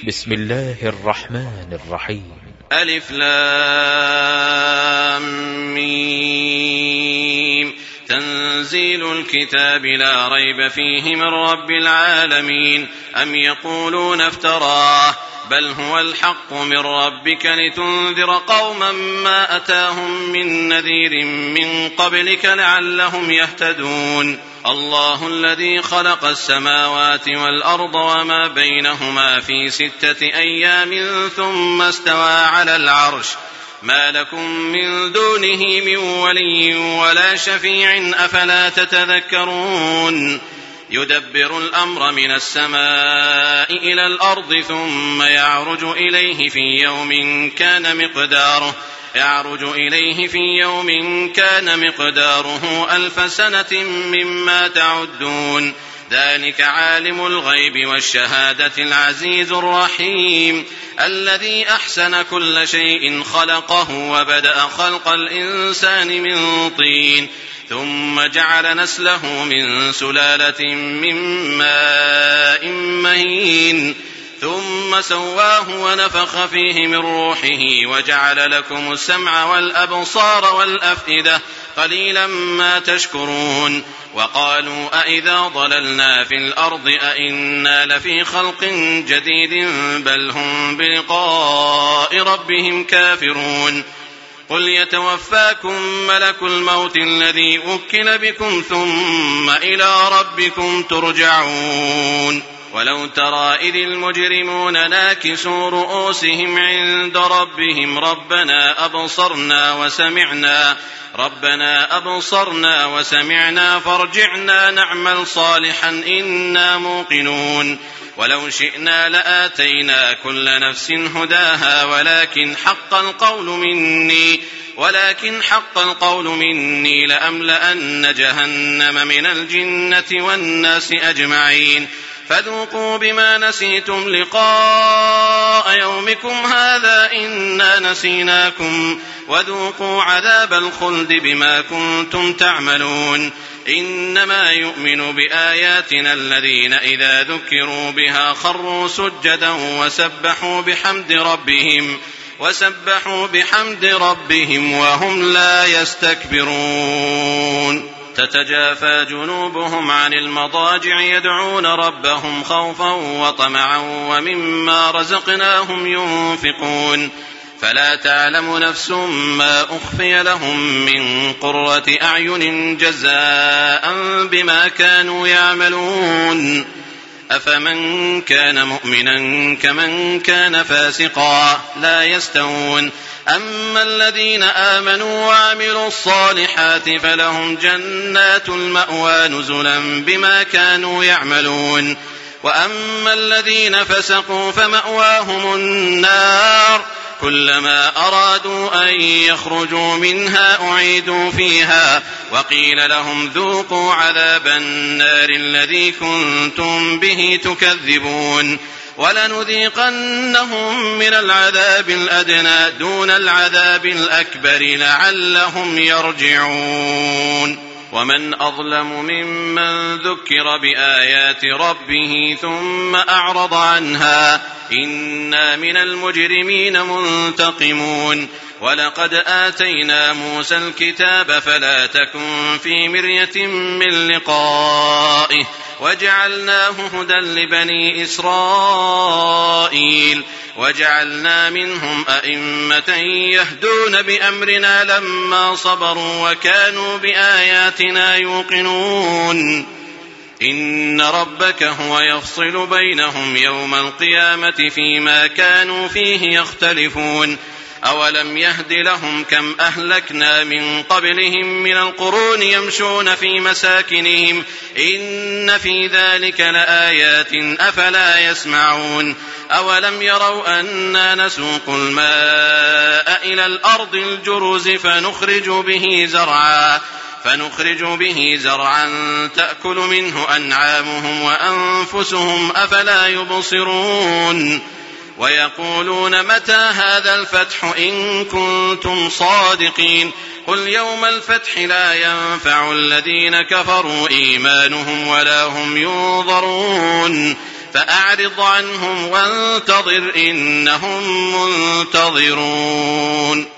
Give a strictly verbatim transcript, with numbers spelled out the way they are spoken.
بسم الله الرحمن الرحيم. ألف لام ميم. تنزيل الكتاب لا ريب فيه من رب العالمين. أم يقولون افتراه بل هو الحق من ربك لتنذر قوما ما أتاهم من نذير من قبلك لعلهم يهتدون. الله الذي خلق السماوات والأرض وما بينهما في ستة أيام ثم استوى على العرش ما لكم من دونه من ولي ولا شفيع أفلا تتذكرون. يدبر الأمر من السماء إلى الأرض ثم يعرج إليه في يوم كان مقداره يعرج إليه في يوم كان مقداره ألف سنة مما تعدون. ذلك عالم الغيب والشهادة العزيز الرحيم الذي أحسن كل شيء خلقه وبدأ خلق الإنسان من طين ثم جعل نسله من سلالة من ماء مهين ثم سواه ونفخ فيه من روحه وجعل لكم السمع والأبصار والأفئدة قليلا ما تشكرون. وقالوا أئذا ضللنا في الأرض أئنا لفي خلق جديد بل هم بلقاء ربهم كافرون. قل يتوفاكم ملك الموت الذي وكل بكم ثم إلى ربكم ترجعون. ولو ترى إذ المجرمون ناكسوا رؤوسهم عند ربهم ربنا أبصرنا وسمعنا ربنا أبصرنا وسمعنا فارجعنا نعمل صالحا إنا موقنون. ولو شئنا لآتينا كل نفس هداها ولكن حق القول مني ولكن حق القول مني لأملأن جهنم من الجنة والناس أجمعين. فذوقوا بما نسيتم لقاء يومكم هذا إنا نسيناكم وذوقوا عذاب الخلد بما كنتم تعملون. إنما يؤمن بآياتنا الذين إذا ذكروا بها خروا سجدا وسبحوا بحمد ربهم وسبحوا بحمد ربهم وهم لا يستكبرون. تتجافى جنوبهم عن المضاجع يدعون ربهم خوفا وطمعا ومما رزقناهم ينفقون. فلا تعلم نفس ما أخفي لهم من قرة أعين جزاء بما كانوا يعملون. أفمن كان مؤمنا كمن كان فاسقا لا يستوون. أما الذين آمنوا وعملوا الصالحات فلهم جنات المأوى نزلا بما كانوا يعملون. وأما الذين فسقوا فمأواهم النار كلما أرادوا أن يخرجوا منها أعيدوا فيها وقيل لهم ذوقوا عذاب النار الذي كنتم به تكذبون. ولنذيقنهم من العذاب الأدنى دون العذاب الأكبر لعلهم يرجعون. ومن أظلم ممن ذكر بآيات ربه ثم أعرض عنها إنا من المجرمين منتقمون. ولقد آتينا موسى الكتاب فلا تكن في مرية من لقائه وجعلناه هدى لبني إسرائيل وجعلنا منهم أئمة يهدون بأمرنا لما صبروا وكانوا بآياتنا يوقنون. إن ربك هو يفصل بينهم يوم القيامة فيما كانوا فيه يختلفون. أولم يهد لهم كم أهلكنا من قبلهم من القرون يمشون في مساكنهم إن في ذلك لآيات أفلا يسمعون. أولم يروا أنا نسوق الماء إلى الأرض الجرز فنخرج به زرعا فنخرج به زرعا تأكل منه أنعامهم وأنفسهم أفلا يبصرون. ويقولون متى هذا الفتح إن كنتم صادقين قل يوم الفتح لا ينفع الذين كفروا إيمانهم ولا هم ينظرون. فأعرض عنهم وانتظر إنهم منتظرون.